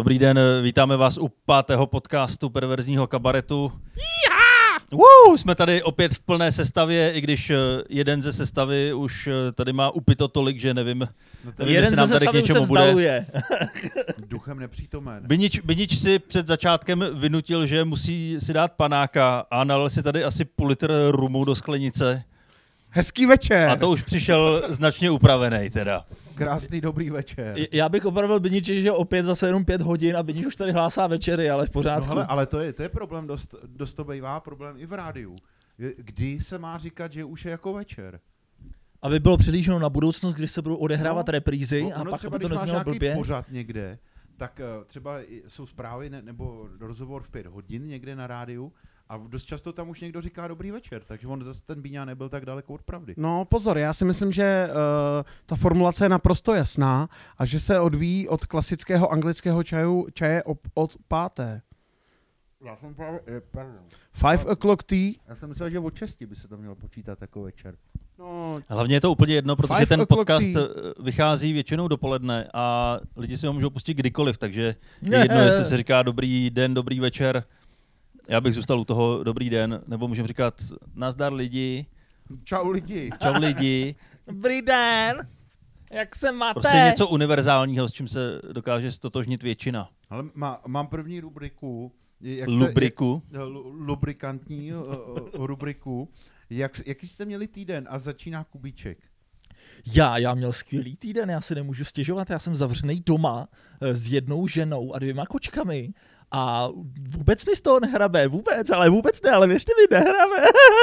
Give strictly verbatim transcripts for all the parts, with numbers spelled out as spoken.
dobrý den, vítáme vás u pátého podcastu Perverzního kabaretu. Woo, jsme tady opět v plné sestavě, i když jeden ze sestavy už tady má upito tolik, že nevím, no nevím jestli nám tady k něčemu bude. Duchem nepřítomen. Binič, Binič si před začátkem vynutil, že musí si dát panáka a nalil si tady asi půl litr rumu do sklenice. Hezký večer. A to už přišel značně upravený teda. Krásný dobrý večer. Já bych opravil Biniči, že opět zase jenom pět hodin a Binič už tady hlásá večery, ale v pořádku. No hele, ale to je, to je problém, dost, dost to bývá problém i v rádiu. Kdy se má říkat, že už je jako večer? Aby bylo přelíženo na budoucnost, kdy se budou odehrávat no, reprízy no, a pak třeba, aby to neznělo blbě. Když máš pořad někde, tak uh, třeba jsou zprávy ne, nebo rozhovor v pět hodin někde na rádiu a dost často tam už někdo říká dobrý večer, takže on zase ten Bíňa nebyl tak daleko od pravdy. No pozor, já si myslím, že uh, ta formulace je naprosto jasná a že se odvíjí od klasického anglického čaju, čaje od, od páté. Já jsem právě, pardon. Five o'clock tea. Já jsem myslel, že od šesti by se to mělo počítat jako večer. No, hlavně je to úplně jedno, protože ten podcast tea. vychází většinou dopoledne a lidi si ho můžou pustit kdykoliv, takže je jedno, jestli se říká dobrý den, dobrý večer. Já bych zůstal u toho dobrý den, nebo můžeme říkat nazdar lidi. Čau lidi. Čau lidi. Dobrý den. Jak se máte? Prostě něco univerzálního, s čím se dokáže stotožnit většina. Ale má, mám první rubriku. Jak Lubriku. Jste, jak, lubrikantní uh, rubriku. Jak, jaký jste měli týden a začíná Kubíček? Já, já měl skvělý týden, já si nemůžu stěžovat, já jsem zavřený doma s jednou ženou a dvěma kočkami a vůbec mi z toho nehrabe, vůbec, ale vůbec ne, ale věřte mi, nehrabe.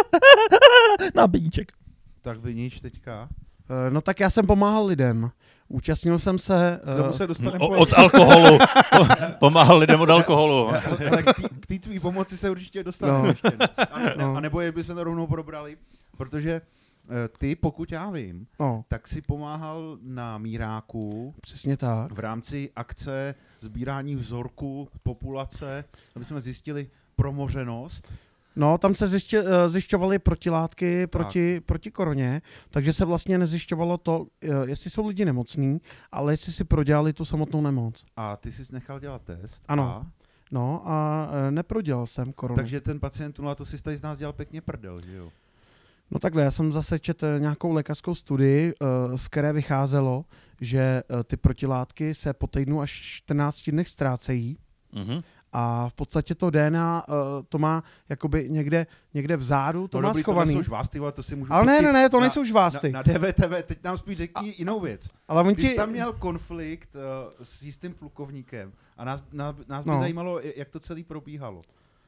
Na Bíníček. Tak Bíníč teďka. Uh, no tak já jsem pomáhal lidem. Účastnil jsem se... Uh, se dostaneme o, od alkoholu. Pomáhal lidem od alkoholu. K té tvý pomoci se určitě dostaneme no. ještě. A, ne, no. a nebo je by se to rovnou probrali, protože ty, pokud já vím, no. tak si pomáhal na Míráku. Přesně tak. V rámci akce sbírání vzorku populace, aby jsme zjistili promořenost. No, tam se zjišťo, zjišťovaly protilátky proti, proti koroně, takže se vlastně nezjišťovalo to, jestli jsou lidi nemocní, ale jestli si prodělali tu samotnou nemoc. A ty jsi nechal dělat test. Ano. A? No a neprodělal jsem koronu. Takže ten pacient, no a to si tady z nás dělal pěkně prdel, že jo? No takhle, já jsem zase četl nějakou lékařskou studii, z které vycházelo, že ty protilátky se po týdnu až čtrnácti dnech ztrácejí. Mm-hmm. A v podstatě to D N A uh, to má jakoby někde, někde vzadu, to no má dobrý, schovaný. To nejsou žvásty, ale to si můžu ale ne, ne, ne, to na, nejsou žvásty. Na, na D V T V, teď nám spíš řekni a, jinou věc. Ale Ty jsi ti... tam měl konflikt uh, s jistým plukovníkem a nás, nás, nás by no. zajímalo, jak to celé probíhalo.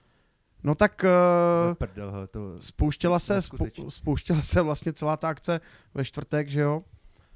No tak uh, Prdel, hele, to spouštěla, se, spou, spouštěla se vlastně celá ta akce ve čtvrtek, že jo?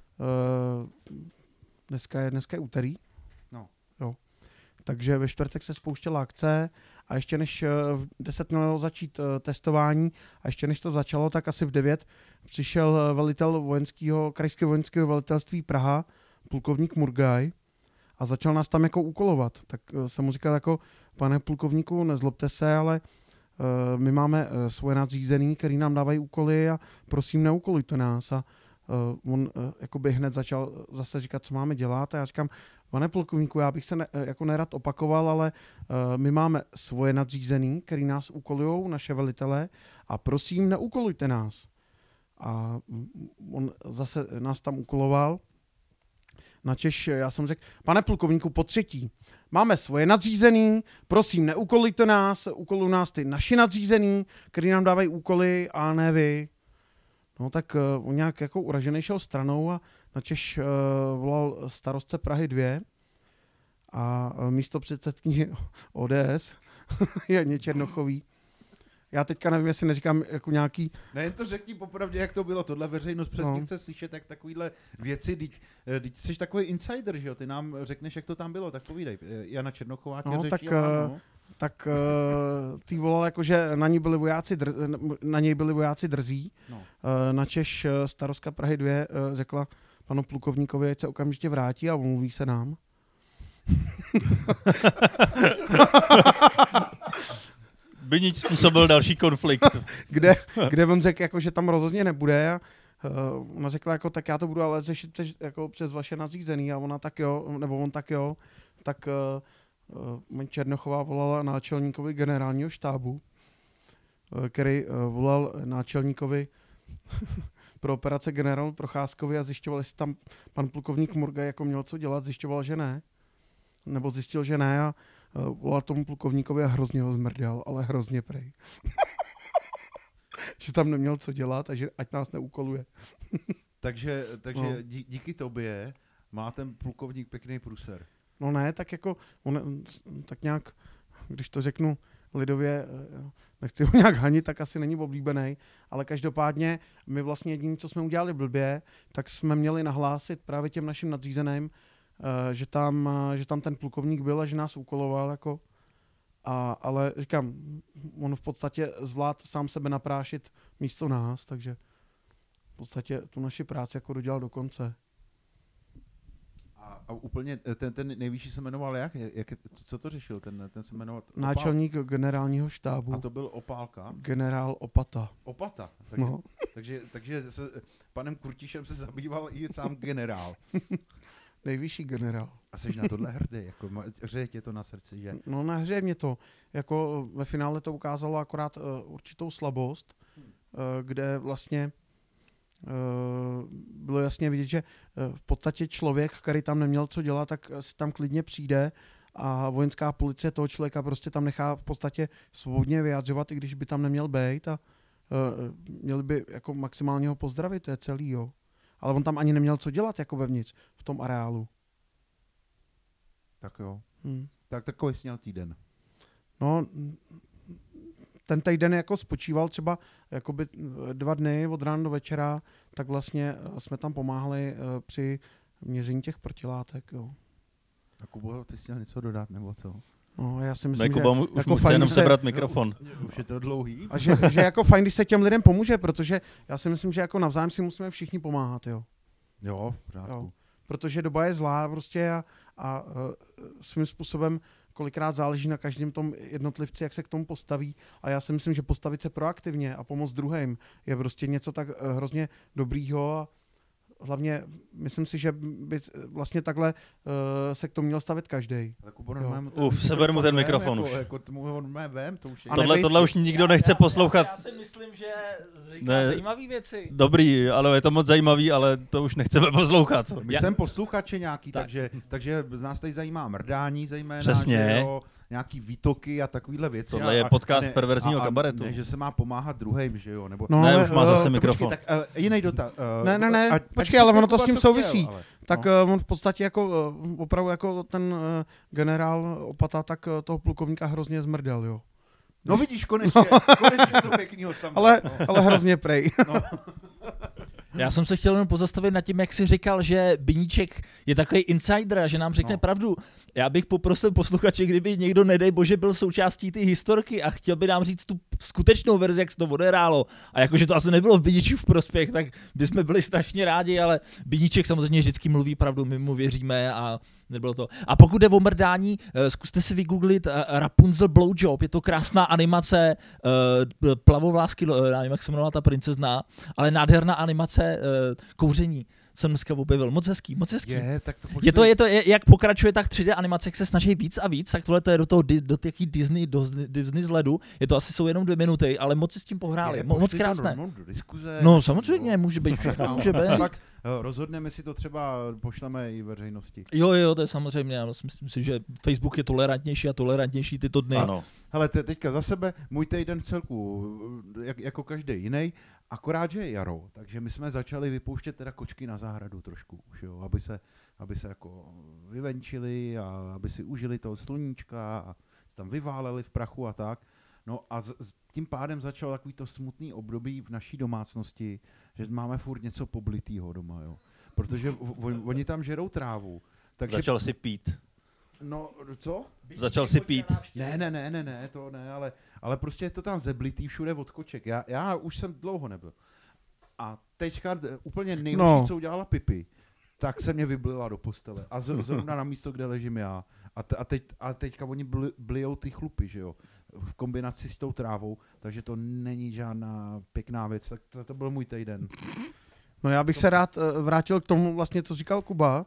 Uh, dneska, je, dneska je úterý. No. Jo. Takže ve čtvrtek se spouštěla akce a ještě než v deset mělo začít uh, testování a ještě než to začalo, tak asi v devět přišel velitel vojenského, krajského vojenského velitelství Praha, plukovník Murgaj, a začal nás tam jako úkolovat. Tak uh, jsem mu říkal jako, pane plukovníku, nezlobte se, ale uh, my máme uh, svoje nadřízený, který nám dávají úkoly a prosím, neúkolujte nás. A uh, on uh, jakoby hned začal zase říkat, co máme dělat a já říkám, pane plukovníku, já bych se ne, jako nerad opakoval, ale uh, my máme svoje nadřízený, který nás úkolujou, naše velitele, a prosím, neúkolujte nás. A on zase nás tam úkoloval. Načež já jsem řekl, pane plukovníku, po třetí, máme svoje nadřízený, prosím, neúkolujte nás, úkolují nás ty naši nadřízený, který nám dávají úkoly, a ne vy. No tak uh, on nějak jako uražený šel stranou a načež uh, volal starostce Prahy dva a uh, místo předsedkyně O D S Janě Černochový. Já teďka nevím, jestli neříkám jako nějaký... Ne, to řekni popravdě, jak to bylo. Tohle veřejnost přesně no. chce slyšet, jak takovýhle věci. Teď jsi takový insider, že jo? Ty nám řekneš, jak to tam bylo, tak povídej. Jana Černochová tě no, řeší. Tak, ano. tak uh, ty volal jako, že na, ní byli vojáci dr, na něj byli vojáci drzí. No. Uh, načež starostka Prahy dva uh, řekla panu plukovníkovi, ať se okamžitě vrátí a omluví se nám. Binič způsobil další konflikt. kde, kde on řekl, jako, že tam rozhodně nebude a uh, ona řekla, jako, tak já to budu ale řešit přes, jako, přes vaše nadřízený a ona tak jo, nebo on tak jo, tak uh, Černochová volala náčelníkovi generálního štábu, uh, který uh, volal náčelníkovi pro operace generálu Procházkovi a zjišťoval, jestli tam pan plukovník Murgaj jako měl co dělat, zjišťoval, že ne. Nebo zjistil, že ne a uh, volal tomu plukovníkovi a hrozně ho zmrděl, ale hrozně prej. Že tam neměl co dělat a že ať nás neúkoluje. Takže, takže No. dí, díky tobě má ten plukovník pěkný průser. No ne, tak jako, on, tak nějak, když to řeknu lidově, nechci ho nějak hanit, tak asi není oblíbený, ale každopádně my vlastně jediné, co jsme udělali blbě, tak jsme měli nahlásit právě těm našim nadřízeným, že tam, že tam ten plukovník byl a že nás úkoloval, jako, a, ale říkám, on v podstatě zvlád sám sebe naprášit místo nás, takže v podstatě tu naši práci jako dodělal do konce. A, a úplně ten, ten nejvyšší se jmenoval jak? jak je, co to řešil? Ten, ten se jmenoval Opál... Náčelník generálního štábu. A to byl Opálka? Generál Opata. Opata. Takže, No. takže, takže se panem Kurtišem se zabýval i sám generál. Nejvyšší generál. A jsi na tohle hrdý, jako hřeje tě to na srdci, že? No nehřeje mě to. Jako ve finále to ukázalo akorát uh, určitou slabost, uh, kde vlastně uh, bylo jasně vidět, že uh, v podstatě člověk, který tam neměl co dělat, tak si tam klidně přijde a vojenská policie toho člověka prostě tam nechá v podstatě svobodně vyjadřovat, i když by tam neměl být a uh, měli by jako maximálně ho pozdravit, to je celý, jo. Ale on tam ani neměl co dělat jako vevnitř v tom areálu. Tak jo. Hmm. Tak takový jsi měl týden. No, ten týden jako spočíval třeba jakoby dva dny od rána do večera, tak vlastně jsme tam pomáhali při měření těch protilátek. Jo. A Kubo, ty jsi měl něco dodat, nebo co? No, já si Ne, myslím, Kuba, že už jako mu chce fajn, jenom že sebrat se, mikrofon. Už je to dlouhý. a že, že jako fajn, když se těm lidem pomůže, protože já si myslím, že jako navzájem si musíme všichni pomáhat, jo. Jo, v pořádku. Jo. Protože doba je zlá prostě a, a uh, svým způsobem kolikrát záleží na každém tom jednotlivci, jak se k tomu postaví. A já si myslím, že postavit se proaktivně a pomoct druhým je prostě něco tak uh, hrozně dobrýho a hlavně myslím si, že by vlastně takhle uh, se k tomu měl stavit každý. Ale Kubo, Jo. normálně ten Uf, seber mu ten mikrofon vem, už. Jako, jako tomu ho normálně vem, to už je. A Tohle, nebej- tohle už nikdo nechce poslouchat. Já si myslím, že říká Ne. zajímavé věci. Dobrý, ale je to moc zajímavý, ale to už nechceme poslouchat. My Já- jsem posluchači nějaký, Tak. takže, takže z nás tady zajímá mrdání, zejména, Přesně. že jo, nějaký výtoky a takovýhle věci. Tohle a, je a podcast ne, perverzního a, a kabaretu. Ne, že se má pomáhat druhým, že jo, nebo... No, Ne, ale, už má zase uh, mikrofon. Počkej, tak uh, jiný dotaz. Uh, Ne, ne, ne, ať- počkej, ať ale řekne ono to Kuba, s tím co souvisí. chtěl, ale- Tak no. uh, on v podstatě jako, uh, opravdu jako ten uh, generál Opata, tak uh, toho plukovníka hrozně zmrdel, jo. No vidíš, konečně, konečně něco pěknýho tam Ale, dal, no. ale hrozně prej. Já jsem se chtěl jenom pozastavit nad tím, jak jsi říkal, že Biníček je takový insider a že nám řekne No. pravdu. Já bych poprosil posluchače, kdyby někdo, nedej bože, byl součástí té historky a chtěl by nám říct tu skutečnou verzi, jak se to odehrálo. A jakože to asi nebylo v Biníčku v prospěch, tak bychom byli strašně rádi, ale Biníček samozřejmě vždycky mluví pravdu, my mu věříme a nebylo to. A pokud jde o mrdání, eh, zkuste si vygooglit uh, Rapunzel Blowjob, je to krásná animace, uh, plavovlásky, uh, nevím, jak se jmenovala ta princezna, ale nádherná animace uh, kouření. Jsem dneska objevil. Moc hezký, moc hezký. Je, tak to Je to, je to, je, jak pokračuje tak tři dé animace, jak se snaží víc a víc, tak tohle to je do toho, di- do těch Disney, do Disney zhledu. Je to asi jsou jenom dvě minuty, ale moc si s tím pohráli. je, Mo, moc pošli to krásné. rovnou do diskuze. No samozřejmě, může být všechno, může A být. pak eh, rozhodneme, si to třeba pošleme i veřejnosti. Jo, jo, to je samozřejmě, já si myslím si, že Facebook je tolerantnější a tolerantnější tyto dny. Ano. Hele, te, teďka za sebe, můj týden v celku, jak, jako každý jiný, akorát, že je jaro, takže my jsme začali vypouštět teda kočky na zahradu trošku už, jo, aby se, aby se jako vyvenčili a aby si užili toho sluníčka a se tam vyváleli v prachu a tak. No a z, z, tím pádem začalo takový to smutný období v naší domácnosti, že máme furt něco poblitýho doma, jo. Protože on, oni tam žerou trávu. Takže, Začal si pít. No, co? Začal si pít. Ne, ne, ne, ne, ne, to ne, ale, ale prostě je to tam zeblitý všude od koček. Já, já už jsem dlouho nebyl. A teďka d- úplně nejhorší, No. co udělala Pipi, tak se mě vyblila do postele. A z, zrovna na místo, kde ležím já. A, te, a, teď, a teďka oni bli, blijou ty chlupy, že jo, v kombinaci s tou trávou, takže to není žádná pěkná věc. Tak to, to byl můj týden. No já bych se rád uh, vrátil k tomu vlastně, co říkal Kuba,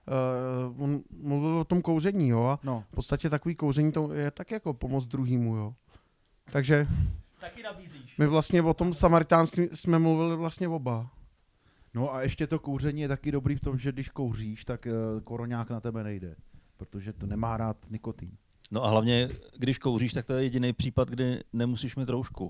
uh, on mluvil o tom kouření, jo, a No. v podstatě takový kouření to je tak jako pomoc druhýmu, jo. Takže Taky nabízíš. my vlastně o tom samaritánství jsme mluvili vlastně oba. No a ještě to kouření je taky dobrý v tom, že když kouříš, tak uh, koroňák na tebe nejde, protože to nemá rád nikotin. No a hlavně, když kouříš, tak to je jediný případ, kdy nemusíš mít roušku.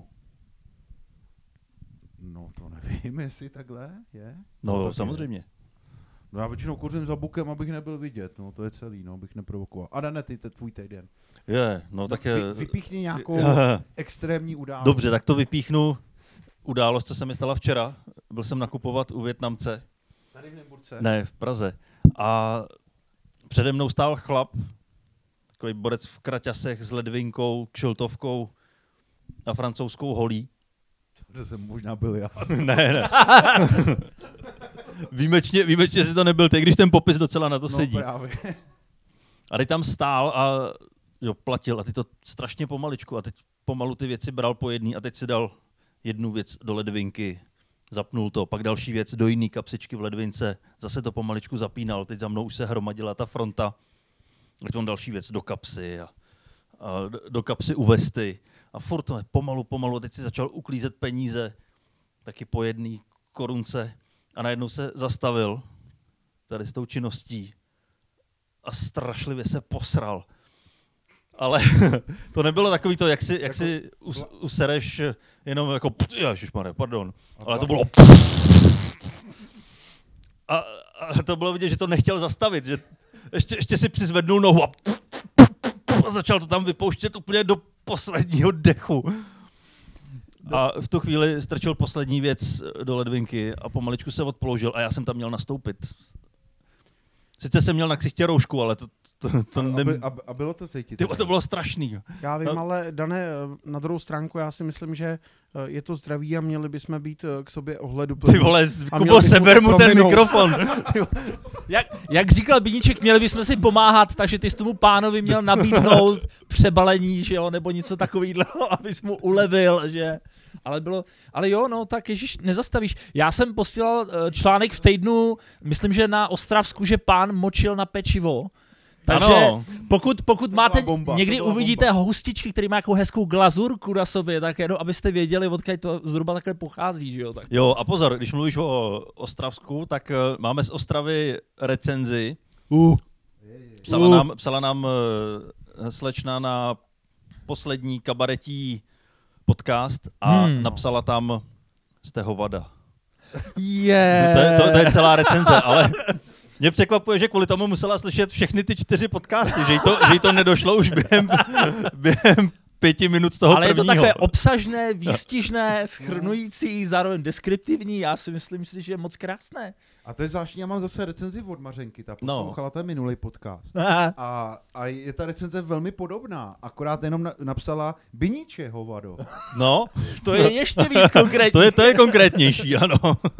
No to nevím, jestli takhle je. No, tak samozřejmě. Je. No já většinou kouřím za bukem, abych nebyl vidět, no to je celý, no, abych neprovokoval. A ne, ty, to je tvůj týden. Je, no tak... Vy, je- vypíchni nějakou extrémní událost. Dobře, tak to vypíchnu. Událost, co se mi stala včera. Byl jsem nakupovat u Vietnamce. Tady v Nymburce. Ne, v Praze. A přede mnou stál chlap, takový borec v kraťasech s ledvinkou, kšiltovkou a francouzskou holí. To jsem možná byl já. ne, ne. výjimečně, výjimečně si to nebyl ty, když ten popis docela na to sedí. No právě. A teď tam stál a jo, platil a ty to strašně pomaličku a teď pomalu ty věci bral po jedný a teď si dal jednu věc do ledvinky, zapnul to, pak další věc do jiný kapsičky v ledvince, zase to pomaličku zapínal, teď za mnou už se hromadila ta fronta, teď on další věc do kapsy a, a do- do kapsy u vesty a furt to pomalu, pomalu, teď si začal uklízet peníze, taky po jedný korunce a najednou se zastavil tady s tou činností a strašlivě se posral. Ale to nebylo takový to, jak si, jak Jako si us, usereš jenom jako, ježišmarja, pardon, A ale pla- to bylo a, a to bylo vidět, že to nechtěl zastavit, že ještě, ještě si přizvednul nohu a, a začal to tam vypouštět úplně do posledního dechu. A v tu chvíli strčil poslední věc do ledvinky a pomaličku se odpoložil a já jsem tam měl nastoupit. Sice jsem měl na ksichtě roušku, ale to, to, to A, ne... by, a, a bylo to cítit. Ty, to bylo strašný. Já vím, No. ale Dané, na druhou stránku já si myslím, že eh, je to zdraví a měli bychom být eh, k sobě ohledu. Ty vole, A Kubo, měl bys mu seber to mu ten prominout. mikrofon. Jak, jak říkal Bíníček, měli bychom si pomáhat, takže ty jsi tomu pánovi měl nabídnout přebalení, že jo, nebo něco takového, abys mu ulevil, že... Ale bylo, ale jo, no tak ježiš, nezastavíš. Já jsem posílal eh, článek v týdnu, myslím, že na Ostravsku, že pán močil na pečivo. Takže Ano. pokud, pokud máte, byla bomba, to někdy byla uvidíte hustičky, který má jako hezkou glazurku na sobě, tak jenom abyste věděli, odkud to zhruba takhle pochází, že jo. Tak. Jo, a pozor, když mluvíš o Ostravsku, tak uh, máme z Ostravy recenzi. Uh. Psala Uh. nám, psala nám uh, slečna na poslední kabaretí podcast a Hmm. napsala tam jste hovada. Je. To je, to, to je celá recenze, ale mě překvapuje, že kvůli tomu musela slyšet všechny ty čtyři podcasty, že jí to, že jí to nedošlo už během, během pěti minut toho Ale je to prvního. takové obsažné, výstižné, schrnující, zároveň deskriptivní. Já si myslím si, že je moc krásné. A to je zvláštní, já mám zase recenzi od Mařenky, ta poslouchala no. ten minulý podcast. A, a je ta recenze velmi podobná, akorát jenom na, napsala Biníče hovado. No, To je ještě víc konkrétní. to je, to je konkrétnější, ano.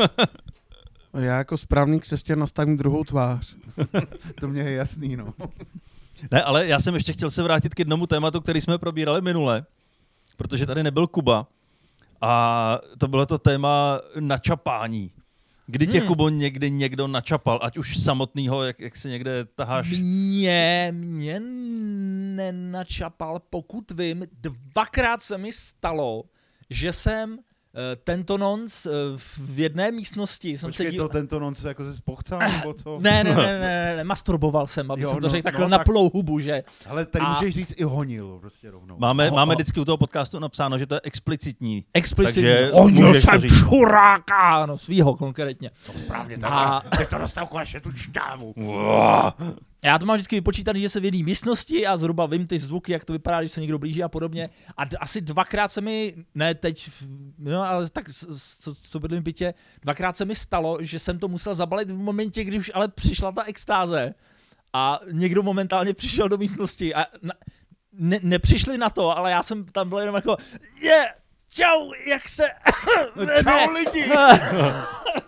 Já jako správný křesťan nastavím druhou tvář. To mě je jasný, no. Ne, ale já jsem ještě chtěl se vrátit k jednomu tématu, který jsme probírali minule, protože tady nebyl Kuba. A to bylo to téma načapání. Kdy tě, Hmm. Kubo, někdy někdo načapal, ať už samotnýho, jak, jak si někde taháš. Mě, mě nenačapal, pokud vím, dvakrát se mi stalo, že jsem eh, tento nonc eh, v jedné místnosti jsem Počkej, se díval... to tento non se jako ze spochcel, nebo co? Ne, ne, ne, ne, ne, ne, masturboval jsem, aby Jo, jsem to no, řekl takhle no, na tak- plnou hubu, že? Ale tady A- můžeš říct i honil, prostě rovnou. Máme, Aho, máme aho. vždycky u toho podcastu napsáno, že to je explicitní. Explicitně. Takže Honil můžeš to jsem říct. čuráka, no svýho konkrétně. Správně, A teď to dostal konečně tu šťávu. já to mám vždycky vypočítaný, že se v jedné místnosti a zhruba vím ty zvuky, jak to vypadá, když se někdo blíží a podobně. A d- asi dvakrát se mi, ne teď, v- no ale tak s- s- co, co bydlím v bytě, dvakrát se mi stalo, že jsem to musel zabalit v momentě, kdy už ale přišla ta extáze. A někdo momentálně přišel do místnosti a na, ne, nepřišli na to, ale já jsem tam byl jenom jako, je, čau, jak se... Čau lidi! A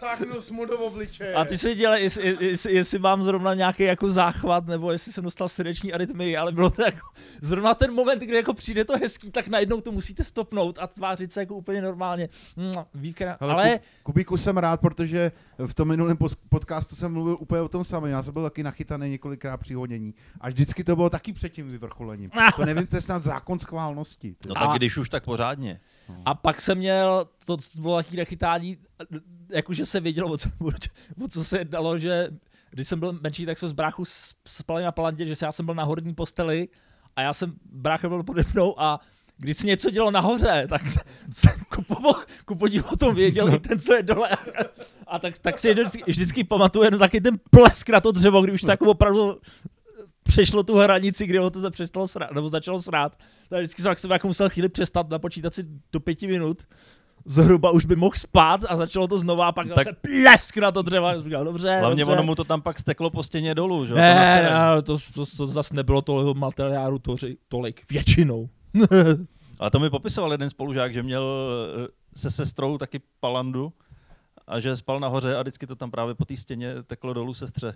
Cáknul jsi mu do obličeje. A ty si dělal, jestli, jestli, jestli mám zrovna nějaký jako záchvat, nebo jestli jsem dostal srdeční arytmii, ale bylo to jako, zrovna ten moment, kdy jako přijde to hezký, tak najednou to musíte stopnout a tvářit se jako úplně normálně. Víkra, Hele, ale... Kubíku jsem rád, protože v tom minulém podcastu jsem mluvil úplně o tom samém. Já jsem byl taky nachytaný několikrát při hodění. A vždycky to bylo taky před tím vyvrcholením. To nevím, to je snad zákon schválnosti. No tak když už, tak pořádně. A pak jsem měl, to bylo taky nechytání, jakože se vědělo, o co, o co se dalo, že když jsem byl menší, tak jsme z bráchu spali na palantě, že já jsem byl na horní posteli a já jsem, brácha byl pode mnou a když se něco dělo nahoře, tak jsem ku podivu o tom věděl i ten, co je dole. A tak, tak si vždycky, vždycky pamatuju jen taky ten plesk na to dřevo, kdy už to jako opravdu přešlo tu hranici, kdy ho to se přestalo srát, nebo začalo srát. Tak vždycky jsem, jsem jako musel chvíli přestat, napočítat si do pěti minut. Zhruba už by mohl spát a začalo to znova a pak tak... zase plesk na to dřevo. A říkal, dobře, hlavně dobře. ono mu to tam pak steklo po stěně dolů, že? Ne, to, to, to, to zase nebylo toho materiálu toři, tolik, většinou. Ale to mi popisoval jeden spolužák, že měl se sestrou taky palandu a že spal nahoře a vždycky to tam právě po té stěně teklo dolů sestře.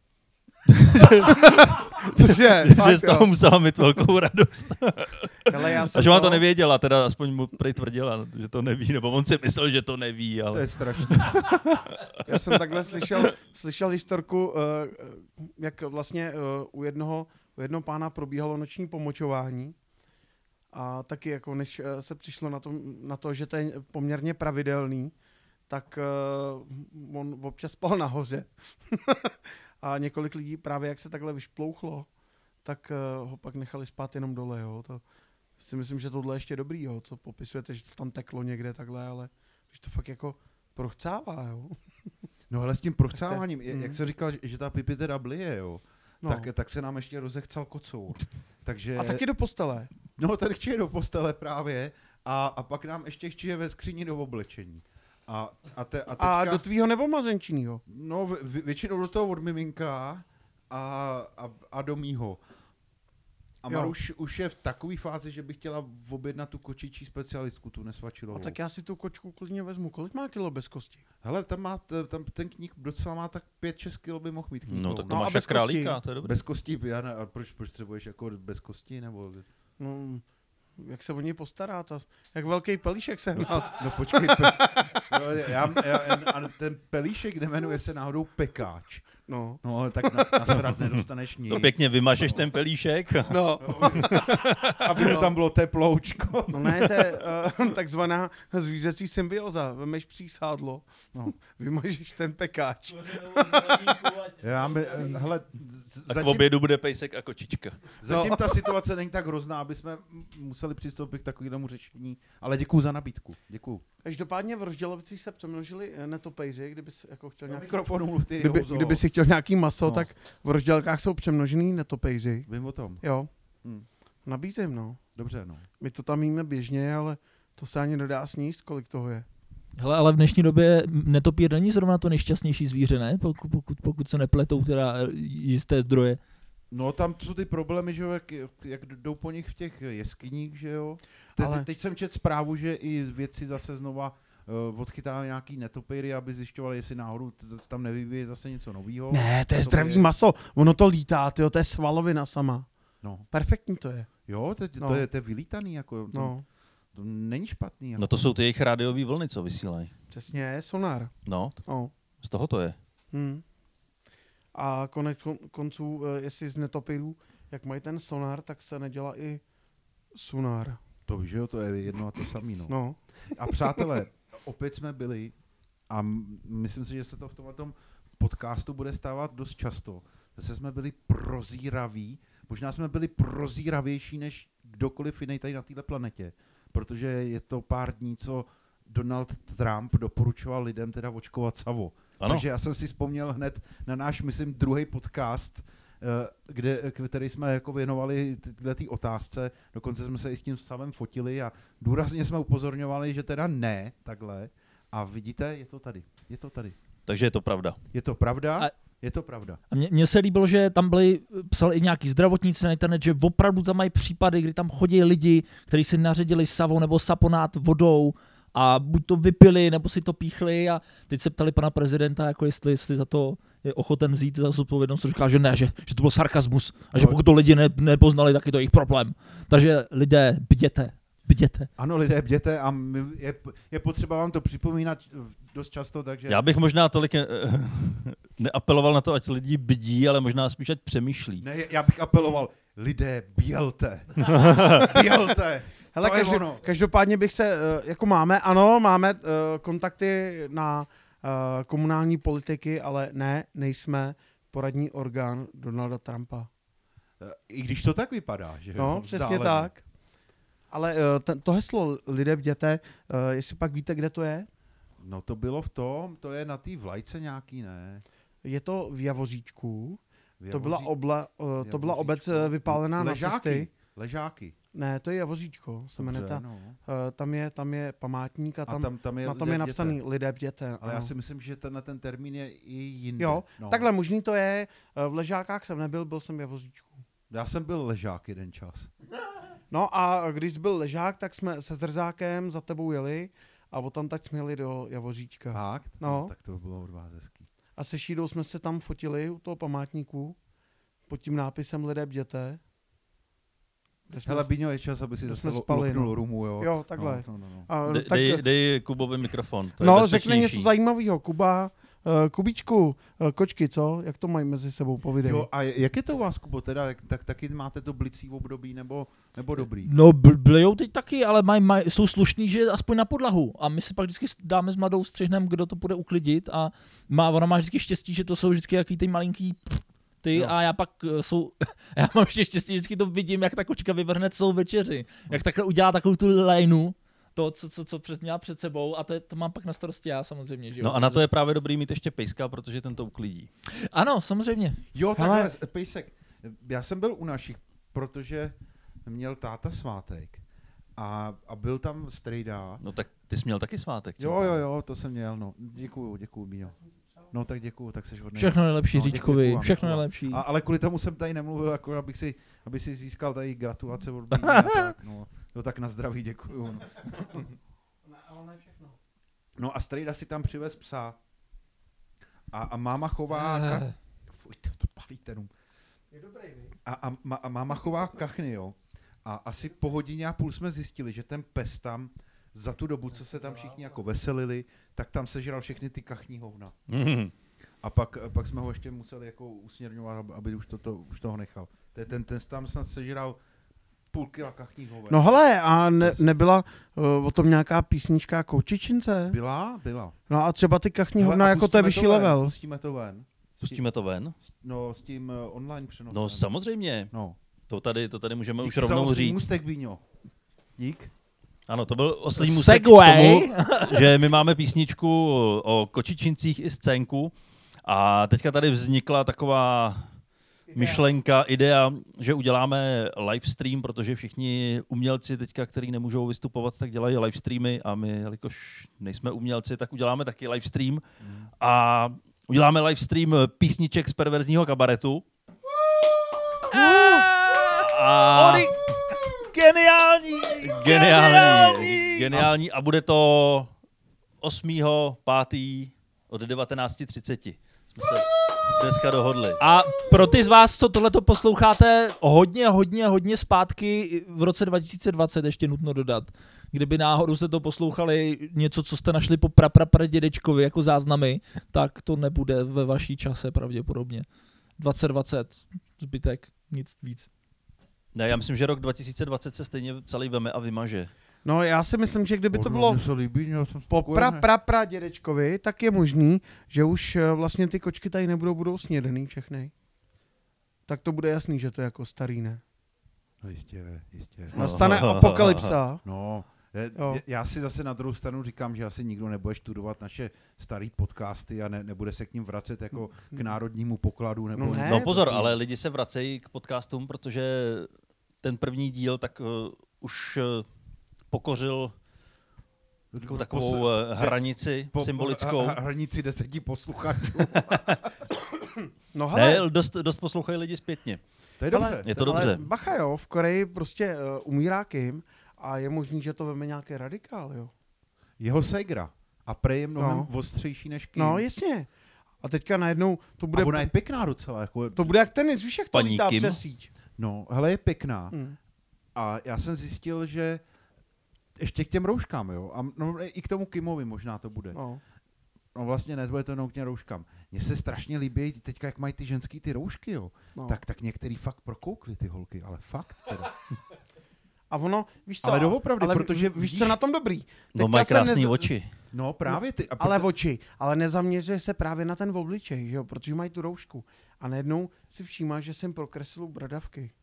Cože? Že z toho musela mít velkou radost. Hele, já a že on to nevěděla, teda aspoň mu prej tvrdila, že to neví, nebo on si myslel, že to neví, ale... To je strašné. Já jsem takhle slyšel, slyšel historku, uh, jak vlastně uh, u jednoho, u jednoho pána probíhalo noční pomočování. A taky jako než uh, se přišlo na to, na to, že to je poměrně pravidelný, tak uh, on občas spal nahoře. A několik lidí právě jak se takhle vyšplouchlo, tak uh, ho pak nechali spát jenom dole. Jo. To si myslím, že tohle je ještě dobrý, jo, co popisujete, že to tam teklo někde takhle, ale když to fakt jako prochcává. Jo. No ale s tím prochcáváním, to, jak mm. se říkal, že ta pipi teda blije, jo, no. tak, tak se nám ještě rozechcal kocour. Takže... A taky do postele. No tady chčije do postele právě a, a pak nám ještě chčije ve skříni do oblečení. A, a, te, a, teďka, A do tvýho nebo mazenčínýho? No v, většinou do toho od miminka a, a, a do mýho. A Maruš už je v takové fázi, že by chtěla objednat tu kočičí specialistku, tu nesvačilovou. A tak já si tu kočku klidně vezmu. Kolik má kilo bez kosti? Hele, tam má, tam ten kníh docela má tak pět šest kilo by mohl mít kníh. No tak to no, máš bez jak králíka, to je dobrý. Bez kosti, já ne, a proč, proč potřebuješ jako bez kosti, nebo... No, jak se o něj postará, to, jak velký pelíšek se hnat. No počkej, pe, no, já, já, a ten pelíšek jmenuje se náhodou Pekáč. No. No, tak na, nasrat nedostaneš nic. To pěkně vymažeš no. ten pelíšek. No. Aby no. tam bylo teploučko. No ne, to je uh, takzvaná zvířecí symbioza. Vemeš přísádlo, no, vymažeš ten pekáč. Já my, hele, z, a k obědu bude pejsek a kočička. Zatím no. ta situace není tak hrozná, aby jsme museli přistoupit k takovému řešení, ale děkuju za nabídku. Děkuju. Každopádně v Rozdělovicích se přemnožili netopejři, kdyby si jako chtěl nějaký... Mikrofonu mluv ty, kdyby, kdyby si chtěl nějaký maso, no. tak v Rozdělkách jsou přemnožený netopejři. Vím o tom. Jo. Hmm. Nabízím, no. Dobře, no. My to tam jíme běžně, ale to se ani nedá sníst, kolik toho je. Hele, ale v dnešní době netopír není zrovna to nejšťastnější zvíře, ne? Pokud, pokud, pokud se nepletou teda jisté zdroje. No tam jsou ty problémy, že jo, jak, jak jdou po nich v těch jeskyních, že jo. Te, ale... Teď jsem četl zprávu, že i vědci zase znova uh, odchytává nějaký netopíry, aby zjišťovali, jestli náhodou tam nevyvíjí zase něco nového. Ne, to je zdravý maso, ono to lítá, tyjo, to je svalovina sama. No. Perfektní to je. Jo, to, no. to, je, to je vylítaný, jako, to, no. to není špatný. Jako. No to jsou ty jejich rádiové vlny, co vysílají. Přesně, sonar. No, no. z toho to je. Hmm. A konec konců, jestli z netopirů, jak mají ten sonar, tak se nedělá i sonar. To víš, jo, to je jedno a to samý, no. no. A přátelé, opět jsme byli a myslím si, že se to v tomhletom podcastu bude stávat dost často. Zase jsme byli prozíraví, možná jsme byli prozíravější než kdokoliv jiný tady na této planetě, protože je to pár dní, co Donald Trump doporučoval lidem teda očkovat savo. Ano. Takže já jsem si vzpomněl hned na náš, myslím, druhý podcast, kde, který jsme jako věnovali této otázce, dokonce jsme se i s tím savem fotili a důrazně jsme upozorňovali, že teda ne, takhle. A vidíte, je to tady, je to tady. Takže je to pravda. Je to pravda, a, je to pravda. A mně, mně se líbilo, že tam byli, psali i nějaký zdravotníci na internet, že opravdu tam mají případy, kdy tam chodí lidi, kteří si naředili savo nebo saponát vodou a buď to vypili, nebo si to píchli a teď se ptali pana prezidenta, jako jestli, jestli za to je ochoten vzít za zodpovědnost, říká, že ne, že, že to byl sarkasmus a že pokud to lidi ne, nepoznali, tak je to jejich problém. Takže lidé, bděte, bděte. Ano, lidé, bděte a my, je, je potřeba vám to připomínat dost často, takže... Já bych možná tolik ne, neapeloval na to, ať lidi bdí, ale možná spíš ať přemýšlí. Ne, já bych apeloval, lidé, bělte. Bělte. Hele, To je každý, ono. každopádně bych se, uh, jako máme, ano, máme uh, kontakty na uh, komunální politiky, ale ne, nejsme poradní orgán Donalda Trumpa. I když to tak vypadá, že No, jo, přesně vzdáleně. tak. Ale uh, ten, to heslo lidé bděte, uh, jestli pak víte, kde to je? No to bylo v tom, to je na té vlajce nějaký, ne? Je to v Javoříčku. V To byla, Javoří- obla, uh, to byla obec uh, vypálená na Ležáky, cesty. Ležáky. Ne, to je Javoříčko, se jmenuje Dobře, ta. no. Uh, tam, je, tam je památník a A tam, tam, tam je na tom lidé je bděte. napsaný lidé bděte. Ale ano. já si myslím, že tenhle ten termín je i jinde. Jo, no. takhle možný to je. uh, V Ležákách jsem nebyl, byl jsem v Javoříčku. Já jsem byl ležák jeden čas. No a když byl Ležák, tak jsme se Drzákem za tebou jeli a od tam tak jsme jeli do Javoříčka. Fakt? No. Tak to bylo od vás hezký. A se Šídou jsme se tam fotili u toho památníku pod tím nápisem lidé bděte. Kde jsme Hele, s- Bíňo, je čas, aby si to zase jsme lo- spali, loknul no. rumu, jo. Jo, takhle. No, no, no, no. A, De, tak, dej, dej Kubovi mikrofon, to je no, řekne bezpečnější. něco zajímavého. Kuba, uh, Kubíčku, uh, kočky, co? Jak to mají mezi sebou, povídej. Jo, a jak je to u vás, Kubo, teda, jak, tak taky máte to blicí období, nebo, nebo dobrý? No, bl- blejou teď taky, ale maj, maj, jsou slušní, že aspoň na podlahu. A my si pak vždycky dáme s mladou střihnem, kdo to bude uklidit a má, ona má vždycky štěstí, že to jsou vždycky jaký ty malinký ty Jo. a já pak uh, jsou, já mám ještě štěstí, vždycky to vidím, jak ta kočka vyvrhne celou večeři. Jak takhle udělá takovou tu lajnu, to, co, co, co přes měla před sebou a to, to mám pak na starosti já samozřejmě. Že jo? No a na to je právě dobrý mít ještě pejska, protože ten to uklidí. Ano, samozřejmě. Jo, Hele. takhle, pejsek. Já jsem byl u našich, protože měl táta svátek a, a byl tam strejda. No tak ty jsi měl taky svátek. tím Jo, pádem. jo, jo, to jsem měl, no. Děkuju, děkuju, Bíňo. No tak děkuju, tak seš hodnej. Všechno nejlepší No, Říčkovi, děkuju vám, všechno děkuju vám. nejlepší. A, ale kvůli tomu jsem tady nemluvil, jako abych si, aby si získal tady gratulace od Bíňa, a tak, no. No tak na zdraví, děkuju. No. No a strejda si tam přivez psa. A, a máma chová... Ka- Fuj, to, to palí ten um. A, a, ma- a máma chová kachny, jo. A asi po hodině a půl jsme zjistili, že ten pes tam za tu dobu, co se tam všichni jako veselili, tak tam sežral všechny ty kachní hovna. Mhm. A pak, pak jsme ho ještě museli jako usměrňovat, aby- aby už, to, to, už toho nechal. Ten, ten, ten tam snad sežral půl kila kachních hoven. No hele, a ne, nebyla uh, o tom nějaká písnička Koučičince? Byla? Byla. No a třeba ty kachní Hele, hovna, a jako to je pustíme vyšší ven, level. Pustíme to ven. Pustíme to ven? No, s tím uh, online přenosem. No samozřejmě. No. To tady, to tady můžeme Díky už za rovnou oslý říct. můstek, Bíňo. Dík. Ano, to byl oslý můstek k Segway. tomu, že my máme písničku o kočičincích i scénku a teďka tady vznikla taková myšlenka, idea, že uděláme livestream, protože všichni umělci teďka, kteří nemůžou vystupovat, tak dělají livestreamy a my, jelikož nejsme umělci, tak uděláme taky livestream a uděláme livestream písniček z perverzního kabaretu. A Geniální! geniální, geniální a bude to osmého pátého od devatenáct třicet. Jsme se dneska dohodli. A pro ty z vás, co tohleto posloucháte hodně, hodně, hodně zpátky v roce dva tisíce dvacet, ještě nutno dodat, kdyby náhodou jste to poslouchali něco, co jste našli po praprapradědečkovi jako záznamy, tak to nebude ve vaší čase pravděpodobně. dvacet dvacet, zbytek, nic víc. Ne, já myslím, že rok dva tisíce dvacet se stejně celý veme a vymaže. No já si myslím, že kdyby to bylo Mně se líbí, já jsem po spokojený. pra, pra, pra dědečkovi, tak je možný, že už eh, vlastně ty kočky tady nebudou, budou snědený všechny. Tak to bude jasný, že to je jako starý, ne? No jistě, jistě. Nastane apokalypsa. No, je, Jo. je, já si zase na druhou stranu říkám, že asi nikdo nebude studovat naše staré podcasty a ne, nebude se k ním vracet jako k národnímu pokladu. Nebo No ne, No pozor, to- ale lidi se vracejí k podcastům, protože ten první díl tak uh, už uh, pokořil takovou, takovou uh, hranici po- symbolickou. ha- Hranici deseti posluchačů. No hele, Ne, dost, dost poslouchají lidi zpětně. To je Ale- dobře. Je to ale dobře. bacha jo, v Koreji prostě uh, umírá Kim a je možný, že to veme nějaký radikál, jo. Jeho ségra. A prej je mnohem No. ostřejší než Kim. No, jasně. A teďka najednou to bude... A ona je pěkná docela. Jako, To bude jak tenis, víš, jak to Paní lítá Kim? přes síť. no, hele, je pěkná. Hmm. A já jsem zjistil, že ještě k těm rouškám, jo. A no, i k tomu Kimovi možná to bude. No. No vlastně ne, bude to jenom k těm rouškám. Mně se strašně líbí teďka, jak mají ty ženský ty roušky, jo. No. Tak, tak některý fakt prokoukli ty holky, ale fakt teda. A ono, víš co, Ale doopravdy, ale protože víš, vidíš- co na tom dobrý. No Teďka mají se krásný nez- oči. No právě ty. A Ale proto- oči, ale nezaměřuje se právě na ten obličej, že jo, protože mají tu roušku. A najednou si všímáš, že jsem prokreslil bradavky.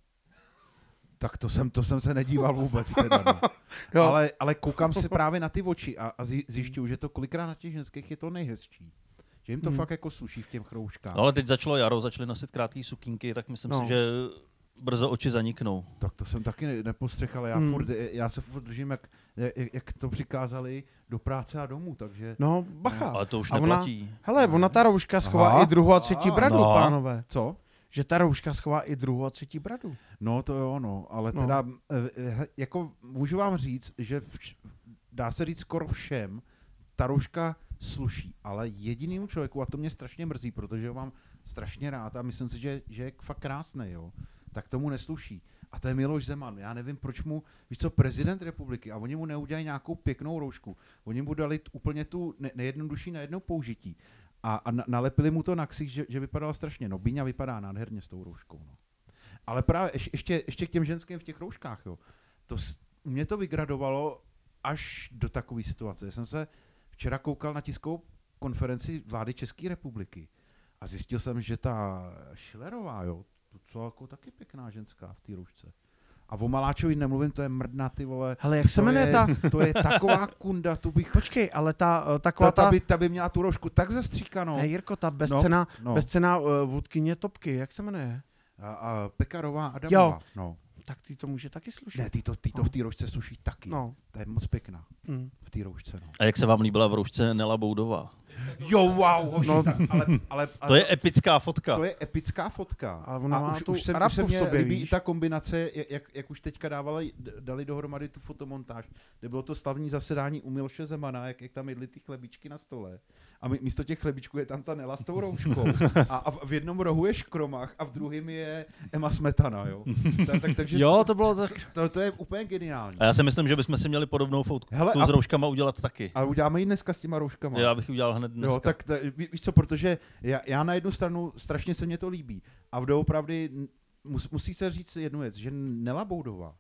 Tak to jsem, to jsem se nedíval vůbec teda, no. Jo. ale, ale koukám se právě na ty oči a, a zji- zjišťuju, že to kolikrát na těch ženských je to nejhezčí. Že jim to Hmm. fakt jako sluší v těch rouškách. No ale teď začalo jaro, začaly nosit krátké sukínky, tak myslím No. si, že brzo oči zaniknou. Tak to jsem taky ne- nepostřeh, ale já, Hmm. furt, já se furt držím, jak, jak, jak to přikázali do práce a domů, takže... No, bacha. Ale to už A ona- neplatí. Hele, ona ta rouška schová Aha. i druhou a třetí Aha. bradu, No. pánové. Co? Že ta rouška schová i druhou a třetí bradu. No to jo, no, ale No. teda, eh, eh, jako můžu vám říct, že vš, dá se říct skoro všem, ta rouška sluší, ale jedinému člověku, a to mě strašně mrzí, protože ho mám strašně rád a myslím si, že, že je fakt krásný, jo, tak tomu nesluší. A to je Miloš Zeman. Já nevím, proč mu, víš co, prezident republiky, a oni mu neudělají nějakou pěknou roušku. Oni mu dali t- úplně tu ne- nejjednodušší na jedno použití. A, a na, nalepili mu to na ksich, že, že vypadalo strašně. No, Bíňa vypadá nádherně s tou rouškou. No. Ale právě ješ, ještě, ještě k těm ženským v těch rouškách, jo. To, s- mě to vygradovalo až do takové situace. Já jsem se včera koukal na tiskovou konferenci vlády České republiky a zjistil jsem, že ta Schillerová, jo, to co jako taky pěkná ženská v té roušce. A o Maláčovi nemluvím, to je mrdna, ty vole. Hele, jak se To jmenuje je- ta... To je taková kunda, tu bych... Počkej, ale ta, eh, Ta, taková ta, ta... by, ta by měla tu roušku tak zastříkanou. Ne, Jirko, ta bezcená, no. bezcená uh, vůdkyně Topky, jak se jmenuje? A, a Pekarová Adamová. Jo. No. Tak ty to může taky slušet. Ne, ty to, ty to v té roušce sluší taky. No. To je moc pěkná. Mm. V té roušce, no. A jak se vám líbila v roušce Nela Boudová? Jo, wow, hoši, No. tak, ale, ale, ale To je epická fotka. to je epická fotka. A ona má už, tu už, se, už Arabku se v mě sobě, líbí víš? i ta kombinace, jak- jak, jak už teďka dávali, d- dali dohromady tu fotomontáž, kde bylo to slavní zasedání u Miloše Zemana, jak, jak tam jedli ty chlebičky na stole. A my, místo těch chlebičků je tam ta Nela s tou rouškou. A, a v jednom rohu je Škromach a v druhém je Emma Smetana, jo. Tak, tak, takže Jo, to bylo tak... to, to je úplně geniální. A já si myslím, že bychom si měli podobnou fotku Hele, tu a- s rouškama udělat taky. A uděláme ji dneska s těma rouškama. Já bych ji udělal hned dneska. Jo, tak ta, ví- víš co, protože já, já na jednu stranu strašně se mně to líbí. A v doopravdy mus, musí se říct jednu věc, že Nela Boudová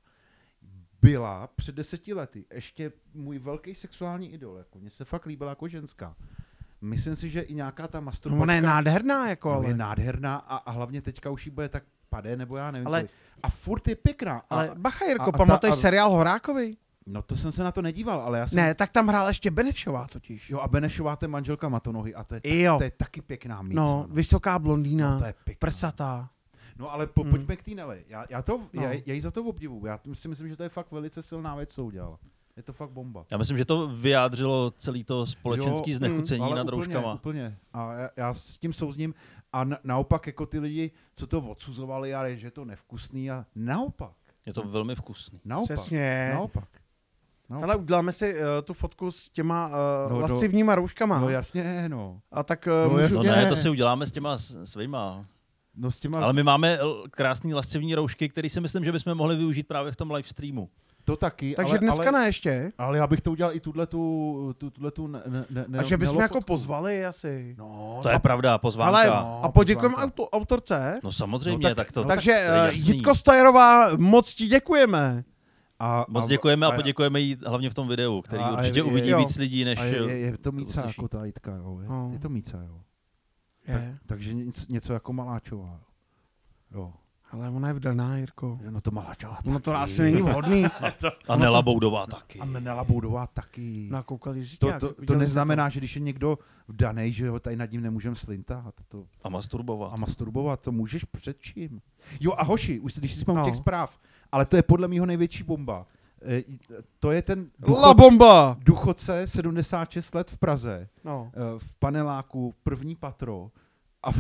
byla před deseti lety ještě můj velký sexuální idol. Jako, mně se fakt líbila jako ženská. Myslím si, že i nějaká ta No, masturbačka ona je nádherná, jako, no, ale... je nádherná a, a hlavně teďka už jí bude tak padé, nebo já nevím. Ale- kolik. A furt je pěkná. A, Ale bacha, Jirko, a- a ta- pamatuješ a- seriál Horákovi? no to jsem se na to nedíval, ale já jsem... Ne, tak tam hrála ještě Benešová totiž. Jo, a Benešová, to je manželka Matonohy a to je, tak, Jo. to je taky pěkná míca. No, vysoká blondýna, No, to je pěkná. prsatá. No ale po, Hmm. pojďme k té Nele. Já, já, to, No. já, já jí za to obdivuju. Já si myslím, že to je fakt velice silná věc, co udělala. Je to fakt bomba. Já myslím, že to vyjádřilo celý to společenský Jo, znechucení ale nad úplně, rouškama. úplně. A já, já s tím souzním. A na, naopak jako ty lidi, co to odsuzovali, ale že je to nevkusný a naopak. Je to velmi vkusný. Naopak. Přesně. Naopak. naopak. Hele, uděláme si uh, tu fotku s těma uh, No, no, no. lascivníma rouškama. No jasně, no. A tak No, uh, můžu... jasně. No ne, to si uděláme s těma s- svýma. No s těma, Ale my máme l- krásný lascivní roušky, které si myslím, že bychom mohli využít právě v tom live streamu. to taky, Takže ale, dneska ale, ne ještě. ale já bych to udělal i tuhletu, tu, tuhletu ne, ne, ne, A že bychom jako nelofotku. pozvali asi. No, To je pravda, pozvánka. Ale No, a poděkujeme pozvánka. auto, autorce. No samozřejmě, No tak, tak- to, no Takže to je uh, jasný. Jitko Stajerová, moc ti děkujeme. a, Moc a- děkujeme a a- poděkujeme jí hlavně v tom videu, který A- a určitě je- uvidí jo. víc lidí, než... A je, je, je to míca uslyší. jako ta Jitka, jo. Je, No. je to míca, jo. Tak, Je. takže něco, něco jako Maláčová. Jo. Ale ona je vdaná, Jirko. No to Maláčová No to taky. asi není vhodný. A Nela Boudová taky. A Nela Boudová taky. Nakoukal Jiřík, To, jak to, to viděl jsi neznamená, že když je někdo vdanej, že ho tady nad ním nemůžeme slintat to, A masturbovat. a masturbovat, to můžeš před čím. Jo a hoši, už když jsme No. u těch zpráv, ale to je podle mého největší bomba. E, to je ten La duchod, bomba! důchodce, sedmdesát šest let v Praze, No. e, v paneláku, první patro, a,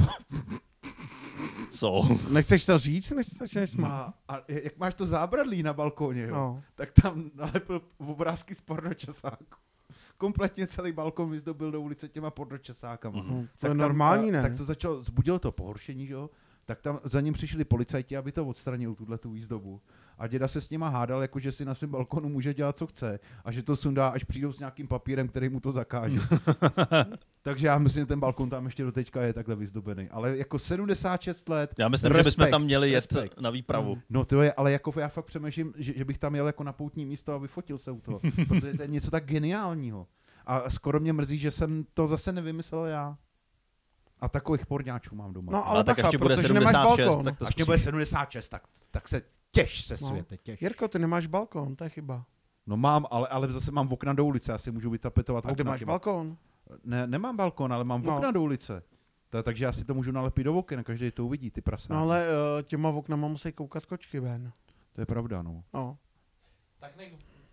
Co? Nechceš to říct, než se začneš smát? a, a jak máš to zábradlí na balkóně, jo, No. tak tam nalepil obrázky z pornočasáku. kompletně celý balkon vyzdobil do ulice těma področesákama. Mhm. To je normální, a, ne? Tak to začalo, zbudilo to pohoršení, že jo? Tak tam za ním přišli policajti, aby to odstranil, tuhle tu výzdobu. A děda se s nima hádal, jako že si na svém balkonu může dělat, co chce. A že to sundá, až přijdou s nějakým papírem, který mu to zakáže. Takže já myslím, že ten balkon tam ještě do teďka je takhle vyzdobený. Ale jako sedmdesát šest let. Já myslím, respekt, že bychom tam měli jet respekt. na výpravu. No to je, ale jako já fakt přemýšlím, že, že bych tam jel jako na poutní místo a vyfotil se u toho. Protože to je něco tak geniálního. A skoro mě mrzí, že jsem to zase nevymyslel já. A takových porňáčů mám doma. No, Ale, ale tak bacha, ještě bude protože nemáš sedmdesát šest, balkon. tak to Až mě zkusíš. bude sedmdesát šest, tak, tak se těš se No. světe, těš. Jirko, ty nemáš balkon, to je chyba. No mám, ale, ale zase mám okna do ulice, asi můžu vytapetovat A kde okna máš těma. balkon? Ne, nemám balkon, ale mám No. okna do ulice. Ta, takže já si to můžu nalepit do oken, každý to uvidí, ty prasná. No ale uh, těma oknama musí koukat kočky ven. To je pravda, no. No. Tak nech,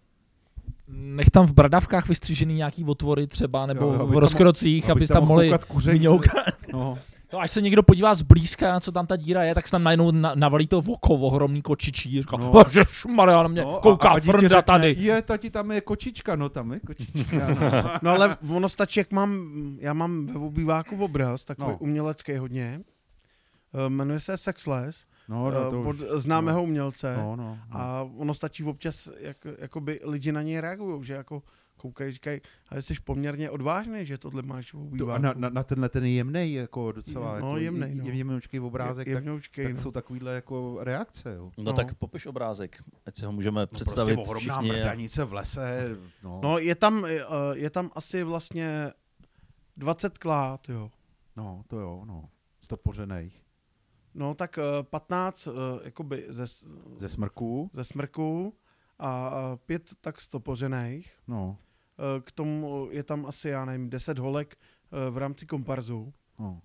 nech tam v bradavkách vystřížený nějaký otvory třeba, nebo Jo, jo, aby v tam- rozkrocích, aby tam mohl mohli koukat kuřeň. vyňoukat. No. To až se někdo podívá zblízka, na co tam ta díra je, tak se tam najednou na, navalí to oko, ohromný kočičí. Říká, No. no. Maria na mě No, kouká a, a dítě frnda řekne, tady. Je, tati, tam je kočička, no tam je kočička. No. No ale ono stačí, jak mám, já mám ve obýváku obraz, takový No. umělecký hodně. Uh, jmenuje se Sexless, No, no, uh, to pod už, známého umělce. no, no, no. A ono stačí občas, jak, jakoby lidi na něj reagují, že jako koukají, říkají, ale jsi poměrně odvážný, že tohle máš v To, obýváku. a na, na, na tenhle ten jemnej, jako docela, No, jako jemnej, no. je, jemnoučký obrázek, je, tak, jemnoučkej, tak no. jsou takovýhle jako reakce, jo. No, No. tak popiš obrázek, ať si ho můžeme No, představit prostě ohromná všichni. mrdanice v lese, no. No je tam, je, eh, je tam asi vlastně dvacet klád, jo. No, to jo, no. Stopořených. No tak eh, patnáct eh, jakoby ze, s- Ze smrků, ze smrků a a pět tak stopořených. no. Eh, K tomu je tam asi, já nevím, deset holek eh, v rámci komparzu. No,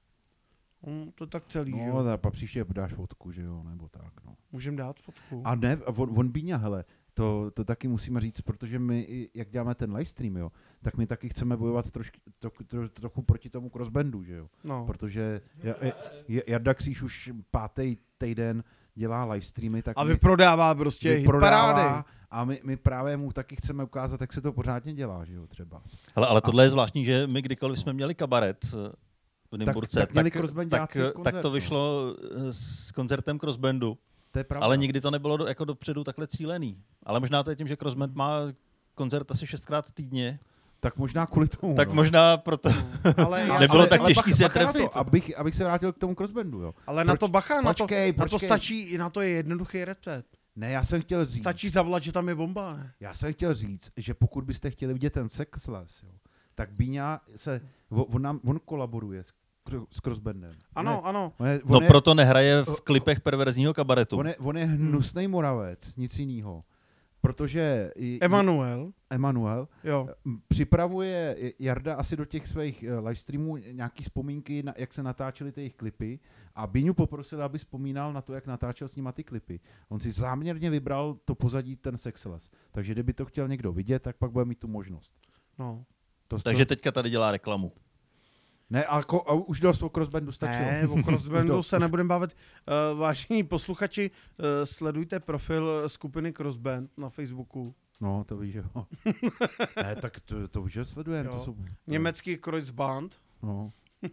No, to je tak celý, že no jo. a pak příště dáš fotku, že jo, nebo tak, no. Můžem dát fotku. A ne, on, on Bíňa, hele, to, to taky musíme říct, protože my, i jak děláme ten livestream, jo, tak my taky chceme bojovat trošku, tro, tro, trochu proti tomu crossbandu, že jo. No. Protože Ja- Ja- Jarda Kříž už pátý týden dělá livestreamy, tak A my- vyprodává prostě vyprodává hitparády. a my, my právě mu taky chceme ukázat, jak se to pořádně dělá, že jo, třeba. Hele, ale tohle je zvláštní, že my kdykoliv jsme měli kabaret eh, v Nymburce, tak měli tak, crossbandáci tak, koncert, tak to no. vyšlo eh, s koncertem crossbandu, To je pravda. ale nikdy to nebylo do, jako dopředu takhle cílený. Ale možná to je tím, že crossband má koncert asi šestkrát týdně, Tak možná kvůli tomu. tak no. možná proto. Ale, já- Nebylo ale, tak ale, těžký se bacha na trefit. to, abych, abych se vrátil k tomu crossbandu, jo. ale na Proč- to bacha, na to, Počkej, na to počkej. stačí, na to je jednoduchý recept. Ne, já jsem chtěl říct, Stačí zavolat, že tam je bomba, ne? já jsem chtěl říct, že pokud byste chtěli vidět ten Sexless, jo, tak Bíňa se, on, on, nám, on kolaboruje s, kro- s crossbandem. Ano, on ano. je, on je, No on je, proto nehraje v klipech perverzního kabaretu. on je, on je hnusnej Moravec, nic jiného. Protože i- Emanuel, Emanuel jo. m, připravuje Jarda asi do těch svých eh, livestreamů nějaký vzpomínky, na, jak se natáčely ty jejich klipy a Bíňu poprosil, aby vzpomínal na to, jak natáčel s nima ty klipy. On si záměrně vybral to pozadí ten Sexless. Takže kdyby to chtěl někdo vidět, tak pak bude mít tu možnost. No. To, Takže to, teďka tady dělá reklamu. ne, ale ko, a už dost o crossbandu stačilo. Ne, o Už crossbandu to- se už- nebudeme bavit. Uh, vážení posluchači, uh, sledujte profil skupiny Crossband na Facebooku. No, to víš, jo. Ne, tak to, to už sledujeme. Jo. To jsou, Německý Crossband. No.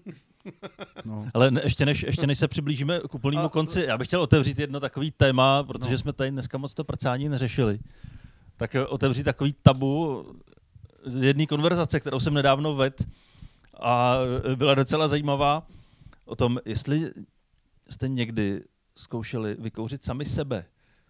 No. Ale ne, ještě, než, ještě než se přiblížíme k úplnému A- konci, já bych chtěl otevřít jedno takový téma, protože No. jsme tady dneska moc to prcání neřešili. Tak eh, otevřít takový tabu z jedné konverzace, kterou jsem nedávno vedl a eh, byla docela zajímavá o tom, jestli jste někdy zkoušeli vykouřit sami sebe.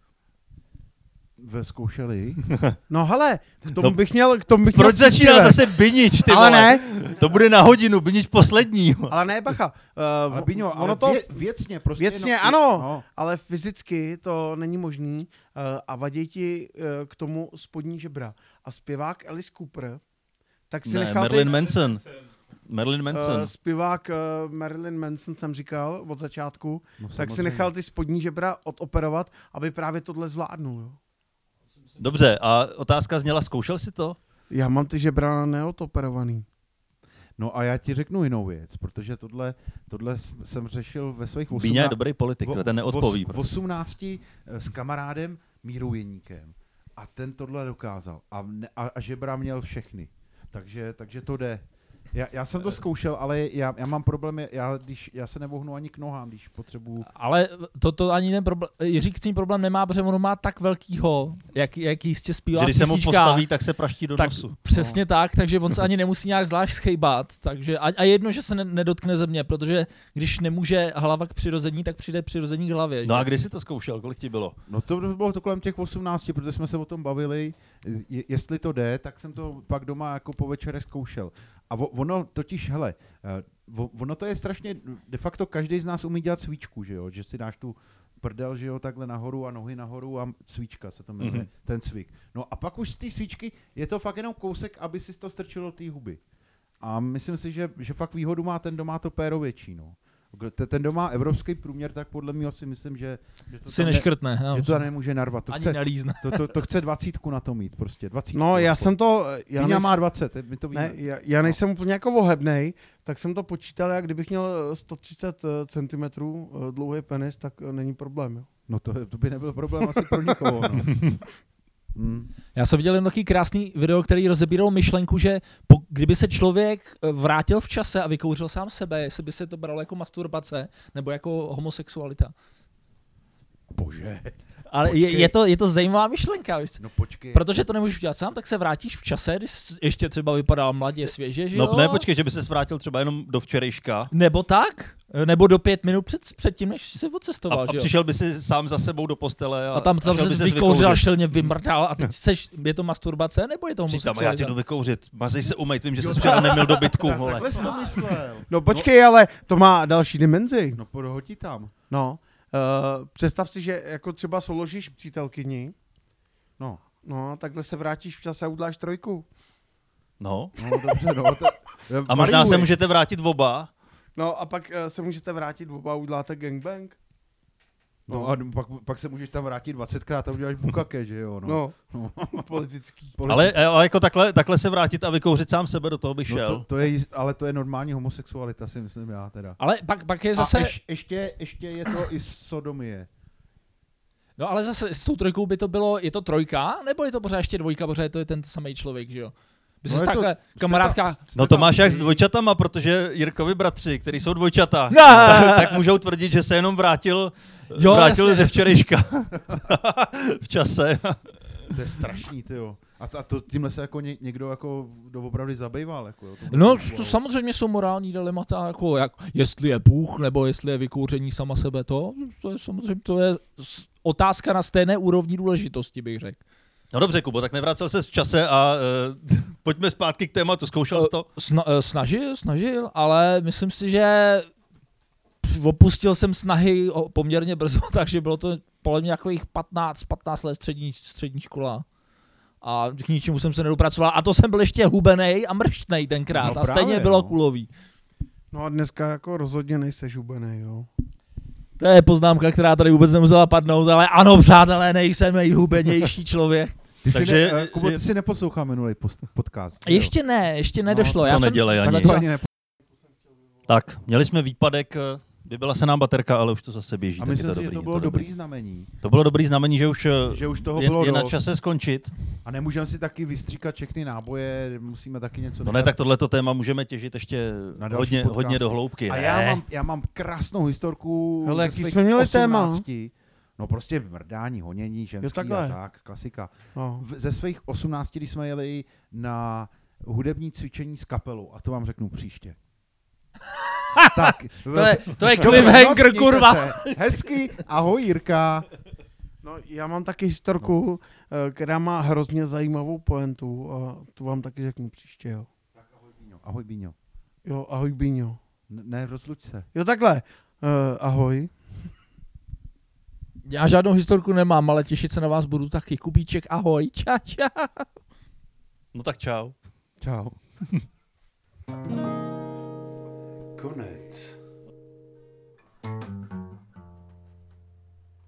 Ve zkoušeli. No hele, k tomu No, bych měl, k tomu bych Proč měl začíná příspěvek. zase Binič, ty Ale vole? ne, To bude na hodinu, Binič poslední. ale ne, bacha. Uh, Ale Bíňo, ale ono to, vě, věcně prostě. věcně no, ano. No. ale fyzicky to není možný uh, a vadí ti uh, k tomu spodní žebra. A zpěvák Alice Cooper, tak si Ne, nechal Marilyn ty, Manson. Marilyn Manson. uh, zpěvák uh, Marilyn Manson, jsem říkal od začátku, No, tak si samozřejmě. nechal ty spodní žebra odoperovat, aby právě tohle zvládnul. Jo. Dobře, a otázka zněla, zkoušel jsi to? Já mám ty žebra neodoperovaný. No a já ti řeknu jinou věc, protože tohle, tohle s- jsem řešil ve svých Bíňa je dobrý politik, vo- ten neodpoví. v prostě. osmnácti s kamarádem Mírou Jeníkem. A ten tohle dokázal. A, ne, a, a žebra měl všechny. Takže, takže to jde. Já, já jsem to zkoušel, ale já, já mám problém, já, když, já se nevohnu ani k nohám, když potřebuju. Ale to, to ani ten problém, Jiřík s tím problém nemá, protože on má tak velkýho, jak, jak jistě zpívá Že když se mu písničkách, postaví, tak se praští do tak nosu. přesně no. tak, takže on se ani nemusí nějak zvlášť schejbat. Takže a, a jedno, že se ne, nedotkne země, protože když nemůže hlava k přirození, tak přijde přirození k hlavě. No že? a kdy jsi to zkoušel, kolik ti bylo? No to bylo to kolem těch osmnácti, protože jsme se o tom bavili, je, jestli to jde, tak jsem to pak doma jako po večerech zkoušel. A ono totiž, hele, ono to je strašně, de facto každý z nás umí dělat svíčku, že jo, že si dáš tu prdel, že jo, takhle nahoru a nohy nahoru a svíčka se to jmenuje, mm-hmm. ten cvik. No a pak už z té svíčky je to fakt jenom kousek, aby si to strčilo do té huby. A myslím si, že, že fakt výhodu má ten, doma to péro větší, no. Ten doma evropský průměr, tak podle mě si myslím, že, že to si neškrtne. Ne, no, že to nemůže narvat. To ani chce, nelízne. to, to, to chce dvacítku na to mít, prostě dvacítku. No já aspoň. jsem to... Já Míňa než... má dvacet, my to víme. Ne, já, já nejsem no. úplně jako ohebnej, tak jsem to počítal, jak kdybych měl sto třicet centimetrů dlouhý penis, tak není problém. Jo. No to, to by nebyl problém asi pro nikoho. No. Hmm. Já jsem viděl jen takový krásný video, který rozebíral myšlenku, že po, kdyby se člověk vrátil v čase a vykouřil sám sebe, jestli by se to bralo jako masturbace nebo jako homosexualita. Bože. Ale je, je, to, je to zajímavá myšlenka, víš? No počkej. Protože to nemůžeš dělat sám, tak se vrátíš v čase, když ještě třeba vypadal mladě, svěže, že jo? No ne, počkej, že by se vrátil třeba jenom do včerejška. Nebo tak, nebo do pět minut před, před tím, než jsi odcestoval, a, že jo? A přišel by si sám za sebou do postele a, a tam, tam a se vykouřil a šelně vymrdal a teď seš, je to masturbace, nebo je to homosexualita? Já tě jdu vykouřit, mazej se umejt, vím, že jsi včera neměl do bytku, vole. Takhle jsi to myslel. No počkej, no. Ale to má další dimenzi. No podhodí tam. No. Uh, představ si, že jako třeba souložíš přítelkyni, no, no, takhle se vrátíš v čase a uděláš trojku. No. No dobře, no. To, a možná variuj. Se můžete vrátit oba. No a pak uh, se můžete vrátit oba a uděláte gangbang. No, no a pak, pak se můžeš tam vrátit dvacetkrát a uděláš bukake, že jo? No, no. no. Politický. Ale, ale jako takhle, takhle se vrátit a vykouřit sám sebe, do toho bych šel. No to, to je, ale to je normální homosexualita, si myslím já teda. Ale pak, pak je zase... A ješ, ještě, ještě je to i sodomie. No ale zase s tou trojkou by to bylo, je to trojka, nebo je to pořád ještě dvojka, pořád to je ten samý člověk, že jo? By no takhle, to, kamarádka... No to máš jak s dvojčatama, protože Jirkovi bratři, kteří jsou dvojčata, no. tak můžou tvrdit, že se jenom vrátil, jo, vrátil jasně. ze včerejška v čase. To je strašný, tyjo. A, t- a to tímhle se jako ně, někdo jako doopravdy zabýval. Jako, jo, to no to samozřejmě jsou morální dilemata, jako jak, jestli je Bůh, nebo jestli je vykouření sama sebe, to, to je samozřejmě to je otázka na stejné úrovni důležitosti, bych řekl. No dobře, Kubo, tak nevracel ses v čase a uh, pojďme zpátky k tématu, zkoušel jsi to? Sna- snažil, snažil, ale myslím si, že opustil jsem snahy poměrně brzo, takže bylo to podle mě nějakých patnáct, patnáct let střední, střední škola. A k ničemu jsem se nedopracoval. A to jsem byl ještě hubenej a mrštnej tenkrát. No a stejně právě, bylo no. kulový. No a dneska jako rozhodně nejseš hubenej, jo. To je poznámka, která tady vůbec nemusela padnout, ale ano, přátelé, nejsem nejhubenější člověk. Ty Takže, si ne, Kubo, ty si neposlouchal minulý podcast. Ještě ne, ještě nedošlo. No, to Já nedělej jsem, ani. Začal... Tak, měli jsme výpadek, vybila se nám baterka, ale už to zase běží. A myslím to si, dobrý, že to bylo to dobrý dobrý znamení. To bylo dobrý znamení, že už, že už toho je, bylo je na dost. čase skončit. A nemůžeme si taky vystříkat všechny náboje, musíme taky něco... No ne, tak tohleto téma můžeme těžit ještě hodně, hodně do hloubky. A ne? já mám, já mám krásnou historku. Hele, jaký jsme měli téma? No prostě mrdání, honění, ženský a tak, klasika. No. V, ze svých osmnácti, když jsme jeli na hudební cvičení s kapelou, a to vám řeknu příště. Tak, to je, to je cliffhanger, kurva. Se. Hezky, ahoj Jirka. No, já mám taky historku, no. která má hrozně zajímavou pointu a tu vám taky řeknu příště, jo. Tak ahoj Bíňo. Ahoj Bíňo. Jo, ahoj Bíňo. N- ne, rozluč se. Jo, takhle. Uh, ahoj. Já žádnou historku nemám, ale těšit se na vás budu taky. Kubíček, ahoj. Ča, ča. No tak čau. Čau. Konec.